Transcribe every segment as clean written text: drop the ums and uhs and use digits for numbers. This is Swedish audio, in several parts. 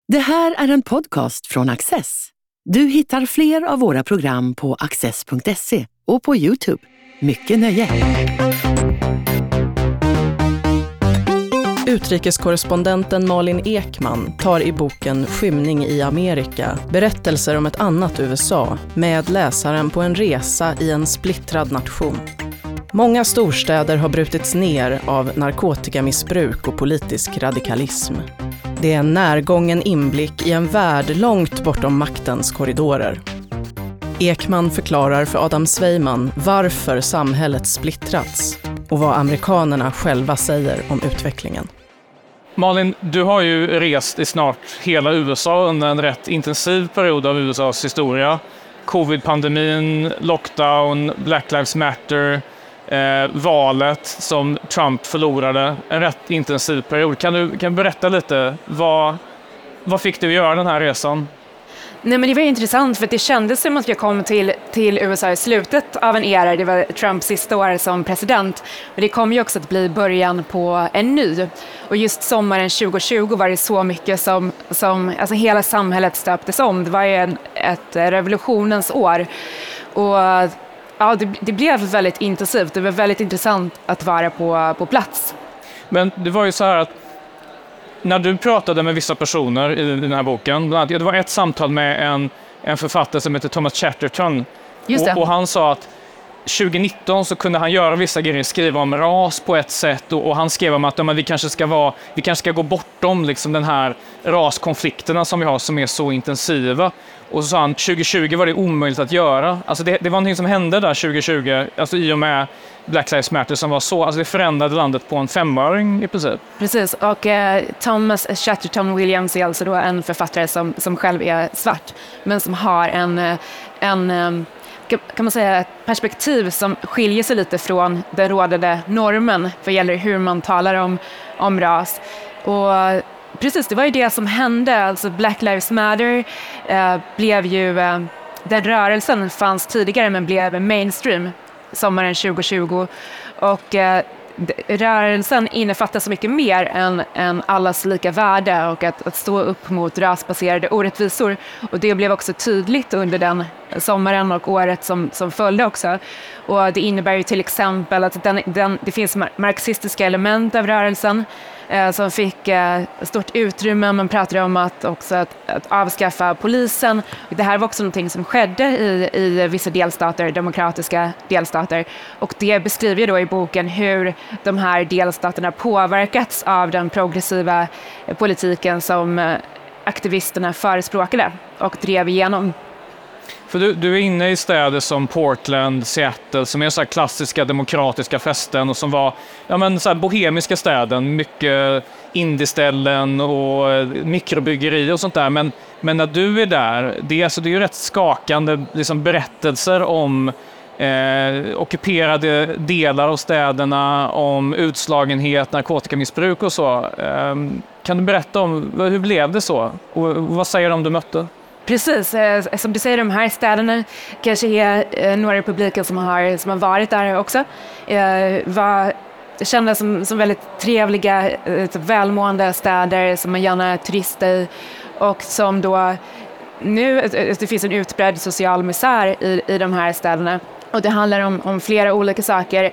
Det här är en podcast från Access. Du hittar fler av våra program på access.se och på YouTube. Mycket nöje! Utrikeskorrespondenten Malin Ekman tar i boken Skymning i Amerika berättelser om ett annat USA med läsaren på en resa i en splittrad nation. Många storstäder har brutits ner av narkotikamissbruk och politisk radikalism. Det är en närgången inblick i en värld långt bortom maktens korridorer. Ekman förklarar för Adam Sveiman varför samhället splittrats och vad amerikanerna själva säger om utvecklingen. Malin, du har ju rest i snart hela USA under en rätt intensiv period av USAs historia. Covid-pandemin, lockdown, Black Lives Matter, valet som Trump förlorade. En rätt intensiv period. Kan du berätta lite, vad fick du göra den här resan? Nej, men det var intressant för det kändes som att jag kom till USA i slutet av en era. Det var Trumps sista år som president. Men det kom ju också att bli början på en ny. Och just sommaren 2020 var det så mycket som alltså hela samhället stöptes om. Det var ju ett revolutionens år. Och ja, det blev väldigt intensivt. Det var väldigt intressant att vara på plats. Men det var ju så här att när du pratade med vissa personer i den här boken, bland annat, det var ett samtal med en författare som heter Thomas Chatterton. Och han sa att 2019 så kunde han göra vissa grejer, skriva om ras på ett sätt och han skrev om att vi kanske ska gå bortom liksom den här raskonflikterna som vi har som är så intensiva. Och så sa han 2020 var det omöjligt att göra. Alltså det var någonting som hände där 2020, alltså i och med Black Lives Matter som var så, alltså det förändrade landet på en 5-öring i princip. Precis, och Thomas Chatterton Williams är alltså då en författare som själv är svart, men som har en kan man säga, ett perspektiv som skiljer sig lite från den rådande normen vad gäller hur man talar om ras. Och precis, det var ju det som hände. Alltså Black Lives Matter blev ju, den rörelsen fanns tidigare men blev mainstream sommaren 2020. Och rörelsen innefattar så mycket mer än allas lika värde och att stå upp mot rasbaserade orättvisor. Och det blev också tydligt under den sommaren och året som följde också. Och det innebär ju till exempel att det finns marxistiska element av rörelsen som fick stort utrymme. Man pratade om att avskaffa polisen. Det här var också någonting som skedde i vissa delstater, demokratiska delstater. Och det beskriver då i boken hur de här delstaterna påverkats av den progressiva politiken som aktivisterna förespråkade och drev igenom. För du är inne i städer som Portland, Seattle som är så här klassiska demokratiska fästen och som var så här bohemiska städen, mycket indieställen och mikrobyggeri och sånt där. Men när du är där, det är ju rätt skakande liksom, berättelser om ockuperade delar av städerna, om utslagenhet, narkotikamissbruk och så. Kan du berätta om hur blev det så? Och vad säger de om du mötte? Precis, som du säger, de här städerna kanske är några republiker som har varit där också. Var kända som väldigt trevliga, välmående städer som man gärna turistar i och som då nu, det finns en utbredd social misär i de här städerna. Och det handlar om flera olika saker.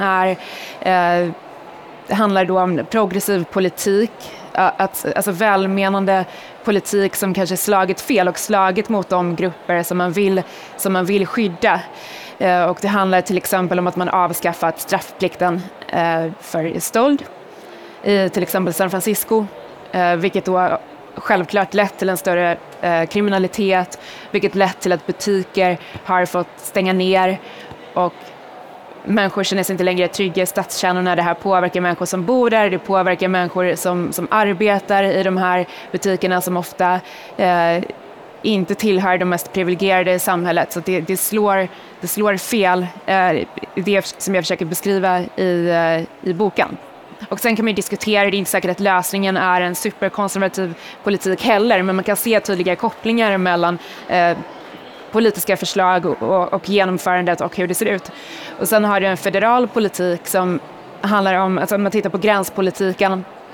Det handlar då om progressiv politik, alltså välmenande politik som kanske slagit fel och slagit mot de grupper som man vill skydda. Och det handlar till exempel om att man avskaffat straffplikten för stöld i till exempel San Francisco, vilket då självklart lett till en större kriminalitet, vilket lett till att butiker har fått stänga ner och människor känner sig inte längre trygga i stadskärnorna. Det här påverkar människor som bor där, det påverkar människor som arbetar i de här butikerna som ofta inte tillhör de mest privilegierade i samhället. Så det slår fel, det som jag försöker beskriva i boken. Och sen kan man ju diskutera, det är inte säkert att lösningen är en superkonservativ politik heller, men man kan se tydliga kopplingar mellan politiska förslag och genomförandet och hur det ser ut. Och sen har du en federal politik som handlar om, alltså om man tittar på gränspolitiken,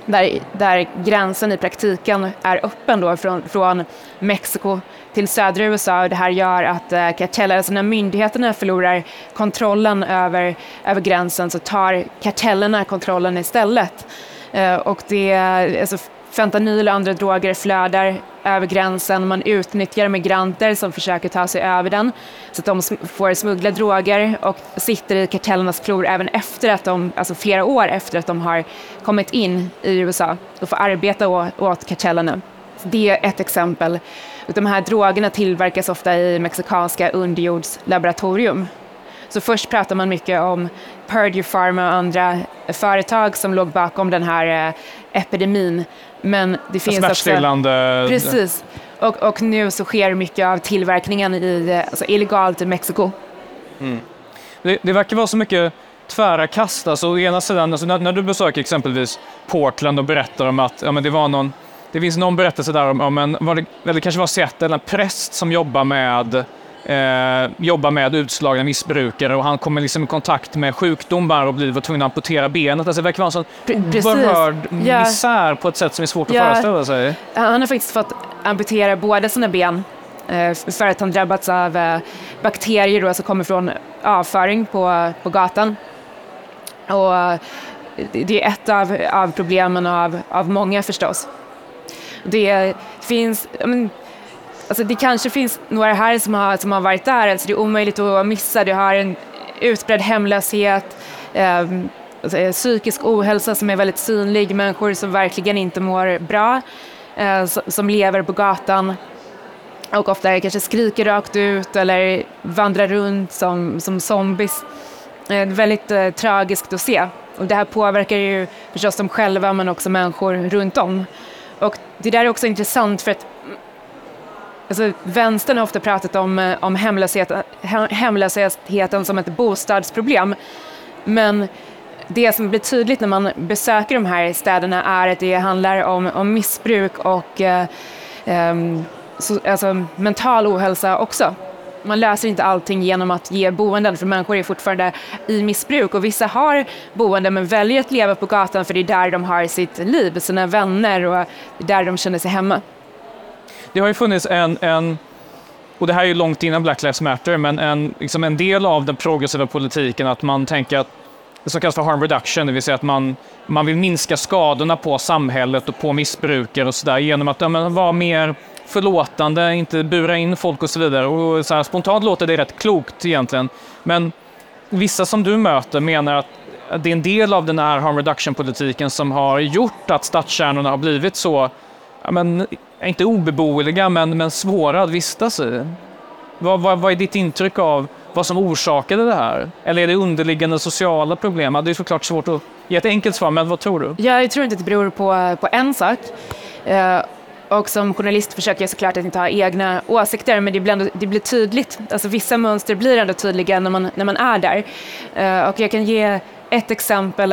där gränsen i praktiken är öppen då från Mexiko till södra USA. Och det här gör att karteller, alltså när myndigheterna förlorar kontrollen över gränsen så tar kartellerna kontrollen istället. Och alltså fentanyl och andra droger flödar över gränsen. Man utnyttjar migranter som försöker ta sig över den så att de får smuggla droger och sitter i kartellernas klor även efter att alltså flera år efter att de har kommit in i USA och får arbeta åt kartellerna. Det är ett exempel. De här drogerna tillverkas ofta i mexikanska underjordslaboratorium. Så först pratar man mycket om Purdue Pharma och andra företag som låg bakom den här epidemin. Men det finns också... Precis. Och nu så sker mycket av tillverkningen alltså illegalt i Mexiko. Mm. Det verkar vara så mycket tvära kast. Alltså, å ena sidan, alltså, när du besöker exempelvis Portland och berättar om att det finns någon berättelse där om eller kanske var Seattle, en präst som jobbar med utslagna missbrukare och han kommer liksom i kontakt med sjukdomar och blir tvungen att amputera benet. Alltså det verkar vara en sån oerhörd misär på ett sätt som är svårt att föreställa sig. Han har faktiskt fått amputera båda sina ben för att han drabbats av bakterier då, som kommer från avföring på gatan. Och det är ett av problemen av många förstås. Det finns... Alltså det kanske finns några här som har varit där, alltså det är omöjligt att missa. Det har en utbredd hemlöshet, psykisk ohälsa som är väldigt synlig, människor som verkligen inte mår bra, som lever på gatan och ofta kanske skriker rakt ut eller vandrar runt som zombies. Det är väldigt tragiskt att se. Och det här påverkar ju förstås dem själva men också människor runt om. Och det där är också intressant för att alltså, vänstern har ofta pratat om hemlösheten som ett bostadsproblem. Men det som blir tydligt när man besöker de här städerna är att det handlar om missbruk och alltså, mental ohälsa också. Man löser inte allting genom att ge boenden, för människor är fortfarande i missbruk. Och vissa har boenden men väljer att leva på gatan för det är där de har sitt liv, sina vänner och där de känner sig hemma. Det har ju funnits och det här är ju långt innan Black Lives Matter, men en del av den progressiva politiken att man tänker att det som kallas för harm reduction, det vill säga att man vill minska skadorna på samhället och på missbrukare och sådär genom att vara mer förlåtande, inte bura in folk och så vidare. Och så här, spontant låter det rätt klokt egentligen. Men vissa som du möter menar att det är en del av den här harm reduction-politiken som har gjort att stadskärnorna har blivit så, inte obeboeliga, men svåra att vistas i. Vad är ditt intryck av vad som orsakade det här? Eller är det underliggande sociala problem? Det är såklart svårt att ge ett enkelt svar, men vad tror du? Jag tror inte att det beror på en sak. Och som journalist försöker jag såklart att inte ha egna åsikter, men det blir tydligt. Alltså vissa mönster blir ändå tydliga när man är där. Och jag kan ge ett exempel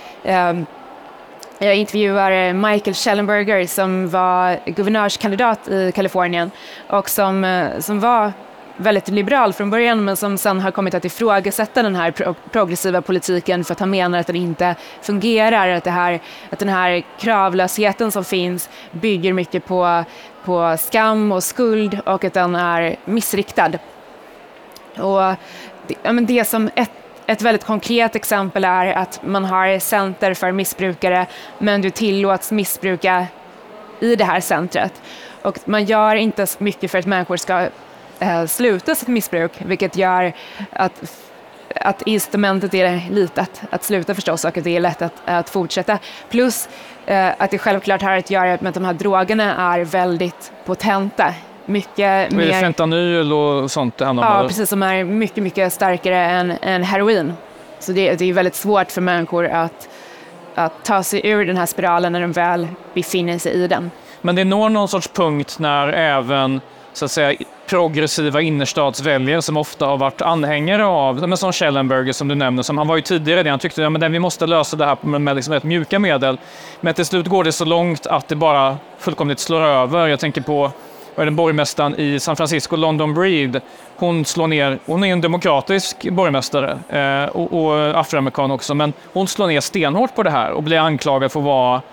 jag intervjuar Michael Shellenberger som var guvernörskandidat i Kalifornien och som var väldigt liberal från början men som sen har kommit att ifrågasätta den här progressiva politiken för att han menar att den inte fungerar, att den här kravlösheten som finns bygger mycket på skam och skuld och att den är missriktad. Och det som ett väldigt konkret exempel är att man har center för missbrukare men du tillåts missbruka i det här centret. Och man gör inte så mycket för att människor ska sluta sitt missbruk, vilket gör att instrumentet är litet att sluta förstås och att det är lätt att fortsätta. Plus att det självklart har att göra med att de här drogerna är väldigt potenta. Mycket mer... Fentanyl och sånt? Ja, precis, som är mycket, mycket starkare än heroin. Så det är väldigt svårt för människor att ta sig ur den här spiralen när de väl befinner sig i den. Men det når någon sorts punkt när även så att säga progressiva innerstadsväljare som ofta har varit anhängare av, men som Schellenberger som du nämnde, som han var ju tidigare det, han tyckte att vi måste lösa det här med liksom ett mjuka medel. Men till slut går det så långt att det bara fullkomligt slår över. Jag tänker på den borgmästaren i San Francisco, London Breed. Hon är en demokratisk borgmästare och afroamerikan också, men hon slår ner stenhårt på det här och blir anklagad för att vara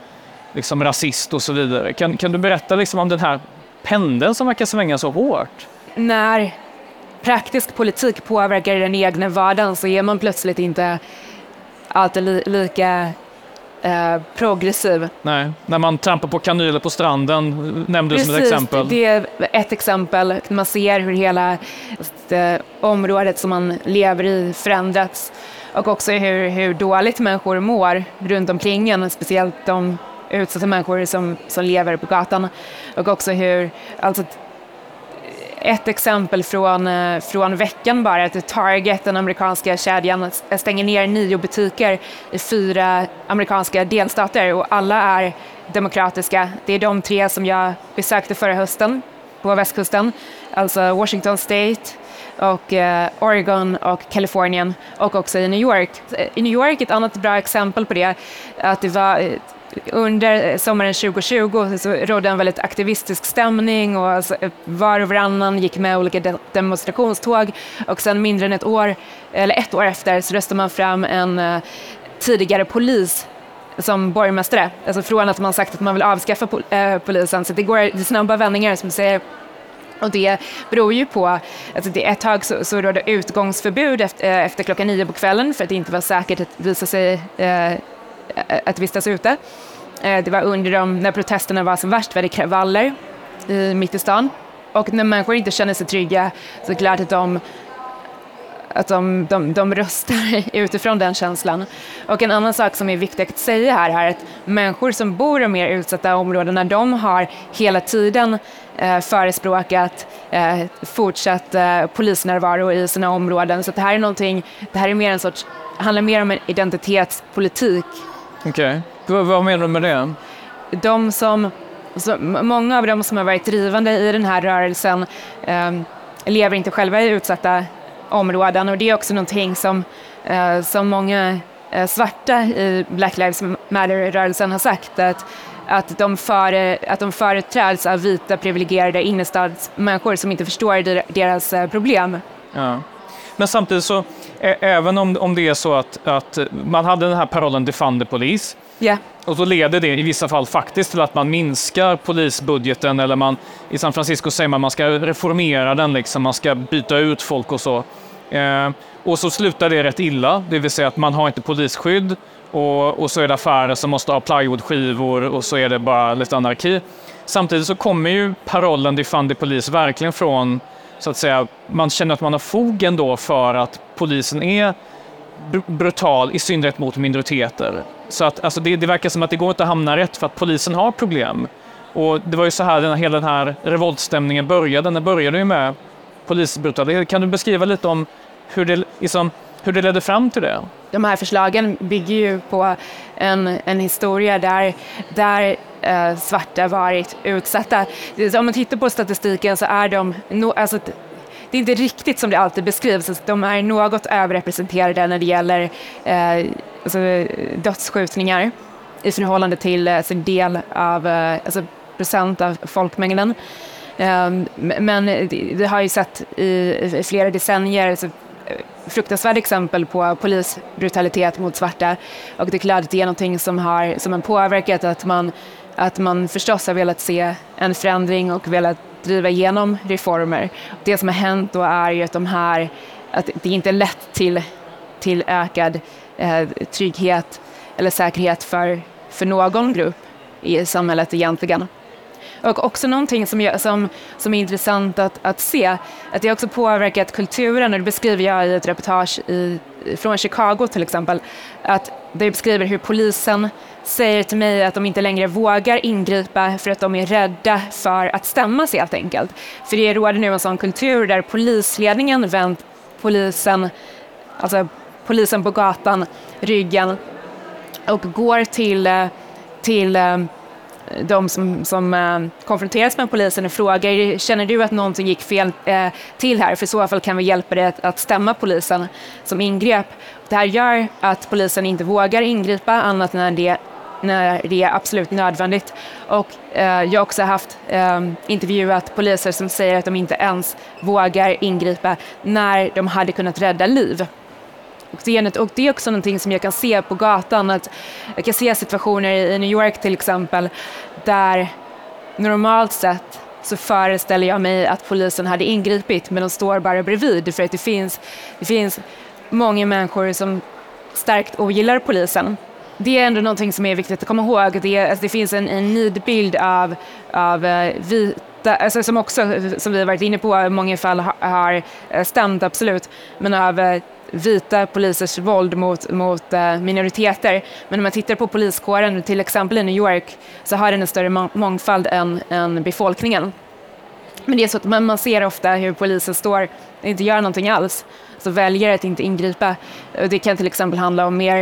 liksom rasist och så vidare. Kan du berätta liksom om den här pendeln som verkar svänga så hårt? När praktisk politik påverkar den egna vardagen så är man plötsligt inte alltid lika progressiv. Nej, när man trampar på kanyler på stranden nämnde du som ett exempel. Det är ett exempel. Man ser hur hela området som man lever i förändrats och också hur dåligt människor mår runt omkring en, speciellt de utsatta människor som lever på gatan. Och också hur, alltså ett exempel från veckan bara, att Target, den amerikanska kedjan, stänger ner 9 butiker i 4 amerikanska delstater och alla är demokratiska. Det är de 3 som jag besökte förra hösten på västkusten, alltså Washington State och Oregon och Kalifornien och också i New York. I New York ett annat bra exempel på det, att det var under sommaren 2020 så rådde en väldigt aktivistisk stämning och alltså var och varannan gick med olika demonstrationståg och sen mindre än ett år efter så röstade man fram en tidigare polis som borgmästare. Alltså från att man sagt att man vill avskaffa polisen, så det går snabba vändningar som säger. Och det beror ju på att det ett tag så rådde utgångsförbud efter klockan 9 på kvällen för att det inte var säkert att visa sig att vistas ute. Det var under när protesterna var som värst, var det kravaller mitt i stan. Och när människor inte känner sig trygga så är det klart att de röstar utifrån den känslan. Och en annan sak som är viktigt att säga här är att människor som bor i mer utsatta områden, de har hela tiden förespråkat fortsatt polisnärvaro i sina områden. Så det här är någonting, det här är mer en sorts, handlar mer om en identitetspolitik. Okej. Vad menar du med det? Många av dem som har varit drivande i den här rörelsen lever inte själva i utsatta områden, och det är också någonting som många svarta i Black Lives Matter-rörelsen har sagt, att de företräds av vita privilegierade innerstadsmänniskor som inte förstår deras problem. Ja. Men samtidigt så, även om det är så att man hade den här parollen Defund the Police, yeah. Och så leder det i vissa fall faktiskt till att man minskar polisbudgeten, eller i San Francisco säger man ska reformera den, liksom, man ska byta ut folk och så. Och så slutar det rätt illa, det vill säga att man har inte polisskydd och så är det affärer som måste ha plywoodskivor och så är det bara lite anarki. Samtidigt så kommer ju parollen Defund the Police verkligen från, så att säga, man känner att man har fog ändå för att polisen är brutal, i synnerhet mot minoriteter. Så att alltså det verkar som att det går inte att hamna rätt för att polisen har problem. Och det var ju så här hela den här revoltstämningen började. Den började ju med polisbrutalitet. Kan du beskriva lite om hur det ledde fram till det? De här förslagen bygger ju på en historia där svarta varit utsatta. Om man tittar på statistiken så är det är inte riktigt som det alltid beskrivs. Alltså, de är något överrepresenterade när det gäller dödsskjutningar i förhållande till sin del av procent av folkmängden. Men det har ju sett i flera decennier fruktansvärda exempel på polisbrutalitet mot svarta, och det är klart att det är någonting som har påverkat att man förstås har velat se en förändring och velat driva igenom reformer. Det som har hänt då är ju att det inte är lätt till ökad trygghet eller säkerhet för någon grupp i samhället egentligen. Och också någonting som är intressant att se, att det också påverkat kulturen, och det beskriver jag i ett reportage från Chicago till exempel, att det beskriver hur polisen säger till mig att de inte längre vågar ingripa för att de är rädda för att stämmas helt enkelt. För det råder nu en sån kultur där polisledningen vänt polisen på gatan ryggen och går till de som konfronteras med polisen och frågar: känner du att någonting gick fel till här? För i så fall kan vi hjälpa dig att stämma polisen som ingrep. Det här gör att polisen inte vågar ingripa annat när det är absolut nödvändigt. Och jag har också haft intervjuat poliser som säger att de inte ens vågar ingripa när de hade kunnat rädda liv. Och det är också någonting som jag kan se på gatan, att jag kan se situationer i New York till exempel, där normalt sett så föreställer jag mig att polisen hade ingripit, men de står bara bredvid, för att det finns många människor som starkt ogillar polisen. Det är ändå någonting som är viktigt att komma ihåg. Det finns en nidbild av vita, alltså som också, som vi har varit inne på, i många fall har stämt absolut, men av vita polisers våld mot minoriteter. Men när man tittar på poliskåren, till exempel i New York, så har den en större mångfald än befolkningen. Men det är så att man ser ofta hur polisen står och inte gör någonting alls, så väljer att inte ingripa. Det kan till exempel handla om mer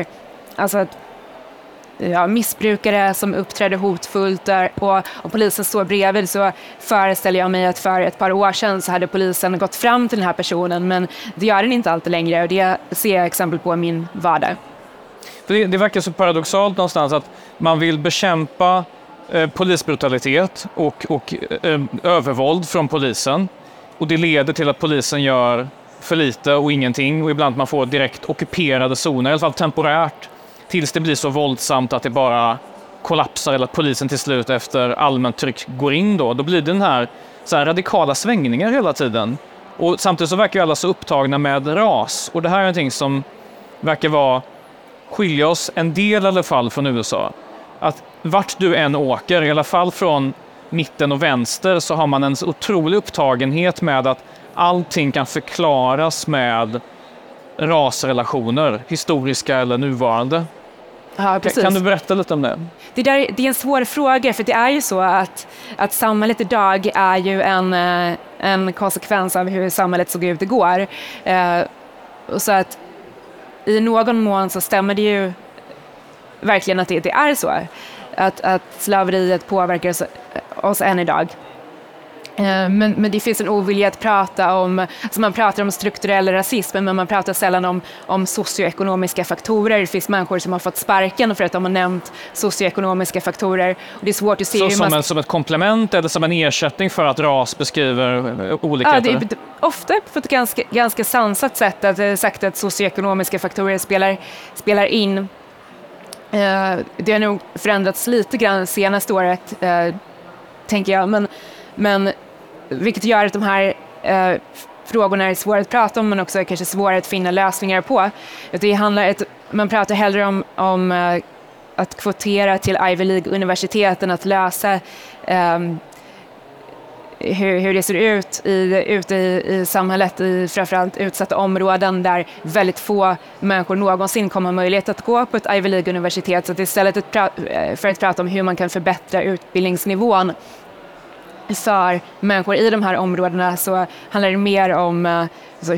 missbrukare som uppträder hotfullt, och polisen står bredvid, så föreställer jag mig att för ett par år sedan så hade polisen gått fram till den här personen, men det gör den inte alltid längre, och det ser jag exempel på i min vardag. Det verkar så paradoxalt någonstans att man vill bekämpa polisbrutalitet och övervåld från polisen, och det leder till att polisen gör för lite och ingenting, och ibland man får direkt ockuperade zoner, i alla fall temporärt, tills det blir så våldsamt att det bara kollapsar, eller att polisen till slut efter allmänt tryck går in då blir det den här, så här radikala svängningar hela tiden. Och samtidigt så verkar ju alla så upptagna med ras, och det här är någonting som verkar skilja oss en del i alla fall från USA. Att vart du än åker, i alla fall från mitten och vänster, så har man en så otrolig upptagenhet med att allting kan förklaras med rasrelationer, historiska eller nuvarande. Ja, precis. Kan du berätta lite om det? Det är en svår fråga, för det är ju så att samhället idag är ju en konsekvens av hur samhället såg ut igår. Och så att i någon mån så stämmer det ju verkligen att det är så. Att slaveriet påverkar oss än idag. Men det finns en ovilja att prata om, alltså man pratar om strukturell rasism, men man pratar sällan om socioekonomiska faktorer. Det finns människor som har fått sparken för att de har nämnt socioekonomiska faktorer. Och det är svårt att se som ett komplement eller som en ersättning för att ras beskriver olikheter? Ja, det är ofta på ett ganska sansat sätt att sagt att socioekonomiska faktorer spelar in. Det har nog förändrats lite grann senaste året, tänker jag, men vilket gör att de här frågorna är svåra att prata om, men också kanske svåra att finna lösningar på. Man pratar hellre om att kvotera till Ivy League-universiteten, att lösa hur det ser ut ute i samhället, i framförallt utsatta områden där väldigt få människor någonsin kommer ha möjlighet att gå på ett Ivy League-universitet. Så att istället för att prata om hur man kan förbättra utbildningsnivån för människor i de här områdena, så handlar det mer om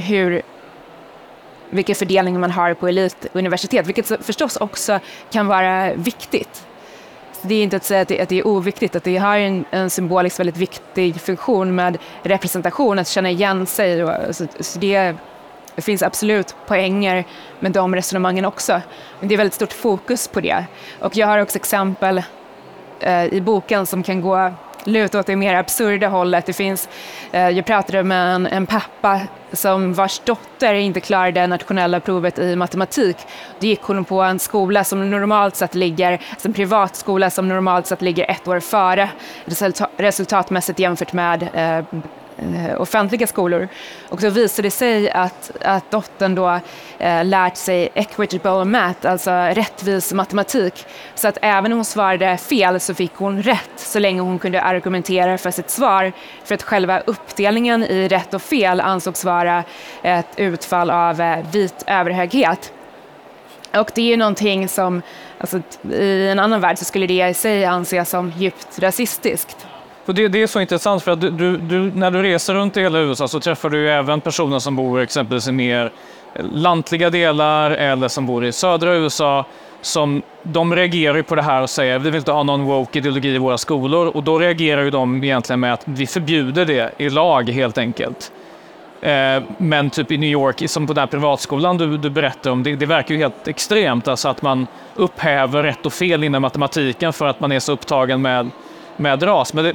vilken fördelning man har på elituniversitet, vilket förstås också kan vara viktigt. Det är inte att säga att det är oviktigt, att det har en symboliskt väldigt viktig funktion med representation, att känna igen sig. Så det finns absolut poänger med de resonemangen också. Men det är väldigt stort fokus på det. Och jag har också exempel i boken som kan luta åt det mer absurda hållet. Jag pratade med en pappa vars dotter inte klarade nationella provet i matematik. Då gick hon på en skola som normalt sett en privatskola som normalt sett ligger 1 år före resultatmässigt jämfört med offentliga skolor. Och då visade det sig att dottern då lärt sig equitable math, alltså rättvis matematik. Så att även om hon svarade fel så fick hon rätt så länge hon kunde argumentera för sitt svar. För att själva uppdelningen i rätt och fel ansågs vara ett utfall av vit överhöghet. Och det är ju någonting som, alltså, i en annan värld så skulle det i sig anses som djupt rasistiskt. Och det är så intressant, för att du, när du reser runt i hela USA så träffar du ju även personer som bor exempelvis i mer lantliga delar eller som bor i södra USA, som de reagerar ju på det här och säger vi vill inte ha någon woke ideologi i våra skolor, och då reagerar ju de egentligen med att vi förbjuder det i lag helt enkelt. Men typ i New York, som på den här privatskolan du berättar om, det verkar ju helt extremt, alltså att man upphäver rätt och fel inom matematiken för att man är så upptagen med ras. Men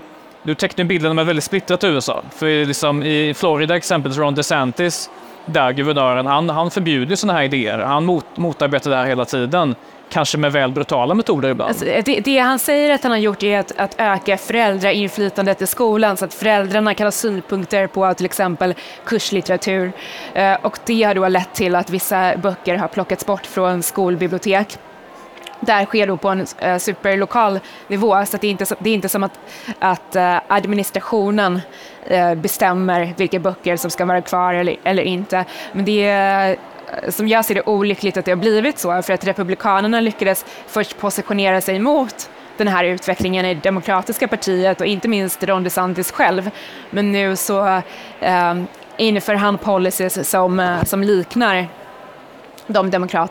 du tecknar bilden av ett väldigt splittrat USA. För liksom i Florida exempelvis Ron DeSantis, där guvernören, han förbjuder sådana här idéer. Han motarbetar det här hela tiden. Kanske med väl brutala metoder ibland. Alltså, det han säger att han har gjort är att öka föräldrainflytandet i skolan så att föräldrarna kan ha synpunkter på till exempel kurslitteratur. Och det har då lett till att vissa böcker har plockats bort från skolbibliotek. Där sker då på en superlokal nivå, så att det är inte som att administrationen bestämmer vilka böcker som ska vara kvar eller inte. Men det är, som jag ser det, olyckligt att det har blivit så, för att republikanerna lyckades först positionera sig mot den här utvecklingen i demokratiska partiet och inte minst Ron DeSantis själv. Men nu så inför han policies som liknar den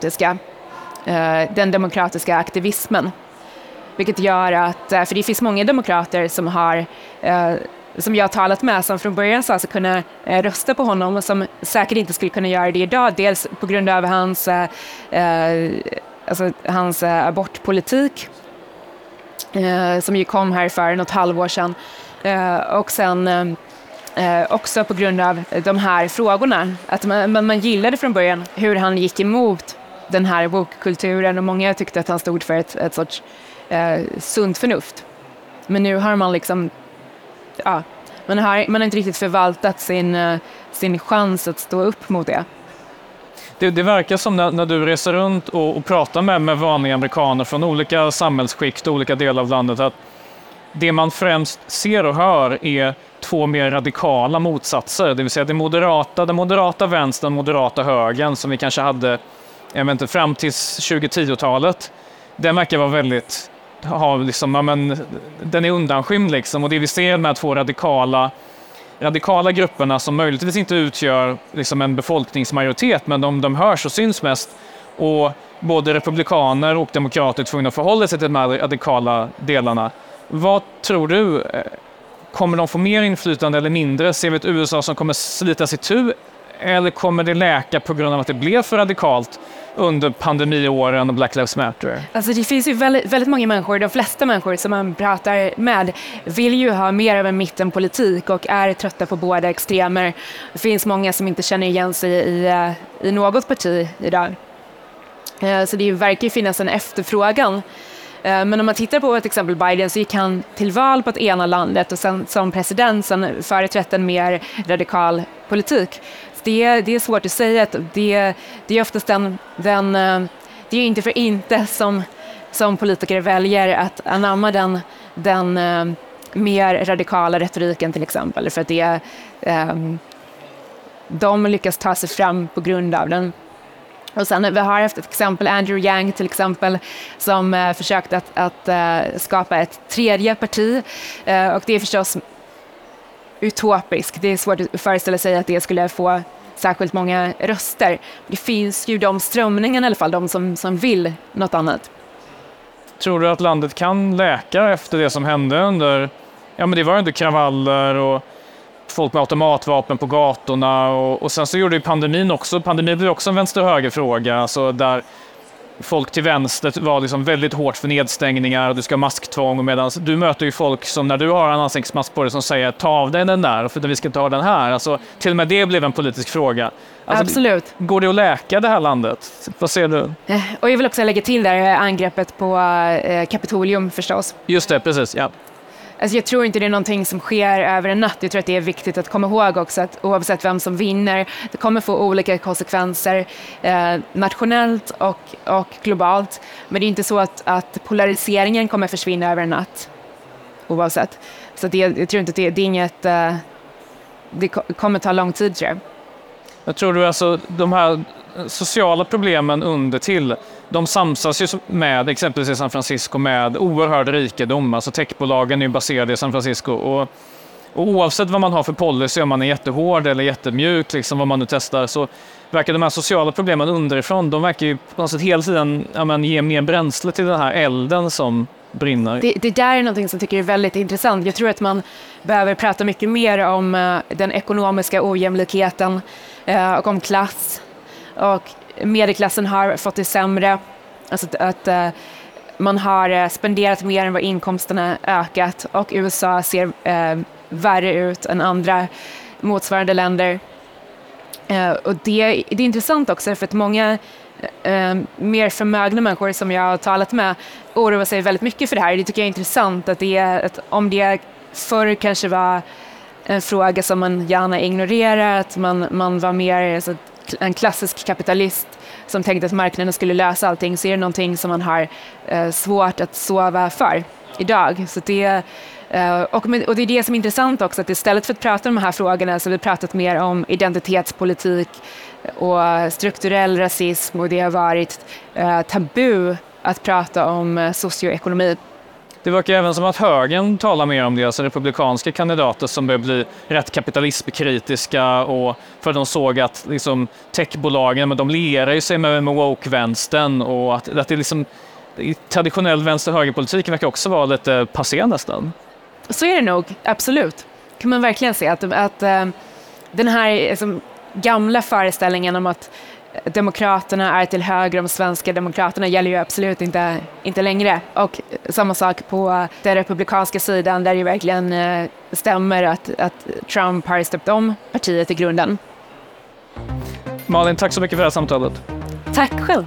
demokratiska aktivismen. Vilket gör att, för det finns många demokrater som jag har talat med som från början sa sig kunna rösta på honom och som säkert inte skulle kunna göra det idag. Dels på grund av hans abortpolitik som ju kom här för något halvår sedan. Och sen också på grund av de här frågorna. Att man gillade från början hur han gick emot den här woke-kulturen och många tyckte att han stod för ett sorts sunt förnuft. Men nu har man liksom man har inte riktigt förvaltat sin chans att stå upp mot det. Det verkar som när du reser runt och pratar med vanliga amerikaner från olika samhällsskikt och olika delar av landet, att det man främst ser och hör är två mer radikala motsatser. Det vill säga den moderata vänstern, den moderata högern som vi kanske hade fram till 2010-talet. Den verkar vara väldigt den är undanskymd liksom, och det vi ser med två radikala grupperna som möjligtvis inte utgör liksom en befolkningsmajoritet, men de hörs och syns mest, och både republikaner och demokrater är tvungna att förhålla sig till de här radikala delarna. Vad tror du? Kommer de få mer inflytande eller mindre? Ser vi ett USA som kommer slita sig tu, eller kommer det läka på grund av att det blev för radikalt under pandemiåren och Black Lives Matter? Alltså det finns ju väldigt många människor, de flesta människor som man pratar med vill ju ha mer av en mittenpolitik och är trötta på båda extremer. Det finns många som inte känner igen sig i något parti idag. Så det verkar ju finnas en efterfrågan. Men om man tittar på till exempel Biden, så gick han till val på att ena landet och sen som president sen företrätt en mer radikal politik. Det är svårt att säga att det är oftast det är inte för inte som politiker väljer att anamma den mer radikala retoriken till exempel, för att de lyckas ta sig fram på grund av den. Och sen vi har haft ett exempel, Andrew Yang till exempel, som försökt att skapa ett tredje parti, och det är förstås utopiskt. Det är svårt att föreställa sig att det skulle få särskilt många röster. Det finns ju de strömningarna i alla fall, de som vill något annat. Tror du att landet kan läka efter det som hände under, det var under kravaller och folk med automatvapen på gatorna, och sen så gjorde ju pandemin också. Pandemin blev också en vänster-höger-fråga, alltså där folk till vänster var liksom väldigt hårt för nedstängningar och du ska ha masktvång, medan du möter ju folk som när du har en ansiktsmask på dig som säger ta av dig den där för att vi ska ta den här. Alltså, till och med det blev en politisk fråga. Alltså, absolut. Går det att läka det här landet? Vad ser du? Och jag vill också lägga till där angreppet på Kapitolium förstås. Just det, precis, ja. Alltså jag tror inte det är någonting som sker över en natt. Jag tror att det är viktigt att komma ihåg också att oavsett vem som vinner, det kommer få olika konsekvenser nationellt och globalt. Men det är inte så att polariseringen kommer försvinna över en natt oavsett. Så jag tror inte att det är inget, det kommer ta lång tid, tror jag. Jag tror du alltså de här sociala problemen under till, de samsas ju med exempelvis i San Francisco med oerhörd rikedom. Alltså techbolagen är ju baserade i San Francisco, och oavsett vad man har för policy, om man är jättehård eller jättemjuk, liksom vad man nu testar, så verkar de här sociala problemen underifrån, de verkar ju på något sätt hela tiden ge mer bränsle till den här elden som brinner. Det där är någonting som jag tycker är väldigt intressant. Jag tror att man behöver prata mycket mer om den ekonomiska ojämlikheten och om klass. Och medelklassen har fått det sämre. Alltså att Man har spenderat mer än vad inkomsterna ökat och USA ser värre ut än andra motsvarande länder. Och det är intressant också för att många mer förmögna människor som jag har talat med oroar sig väldigt mycket för det här. Det tycker jag är intressant att om det förr kanske var en fråga som man gärna ignorerar, att man var mer alltså, en klassisk kapitalist som tänkte att marknaden skulle lösa allting, så är det någonting som man har svårt att sova för idag. Så och det är det som är intressant också, att istället för att prata om de här frågorna så har vi pratat mer om identitetspolitik och strukturell rasism, och det har varit tabu att prata om socioekonomi. Det verkar även som att högern talar mer om det, alltså republikanska kandidater som börjar bli rätt kapitalismkritiska, och för de såg att liksom, techbolagen, men de lierar ju sig med woke-vänstern, och att det är liksom, i traditionell vänster-högerpolitik verkar också vara lite passé nästan. Så är det nog, absolut. Kan man verkligen se att den här liksom, gamla föreställningen om att demokraterna är till höger om svenska demokraterna gäller ju absolut inte längre. Och samma sak på den republikanska sidan, där det verkligen stämmer att Trump har stöpt om partiet i grunden. Malin, tack så mycket för det här samtalet. Tack själv.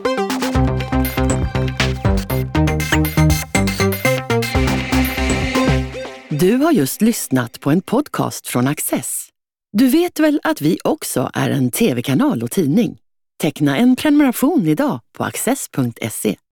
Du har just lyssnat på en podcast från Access. Du vet väl att vi också är en tv-kanal och tidning? Teckna en prenumeration idag på access.se.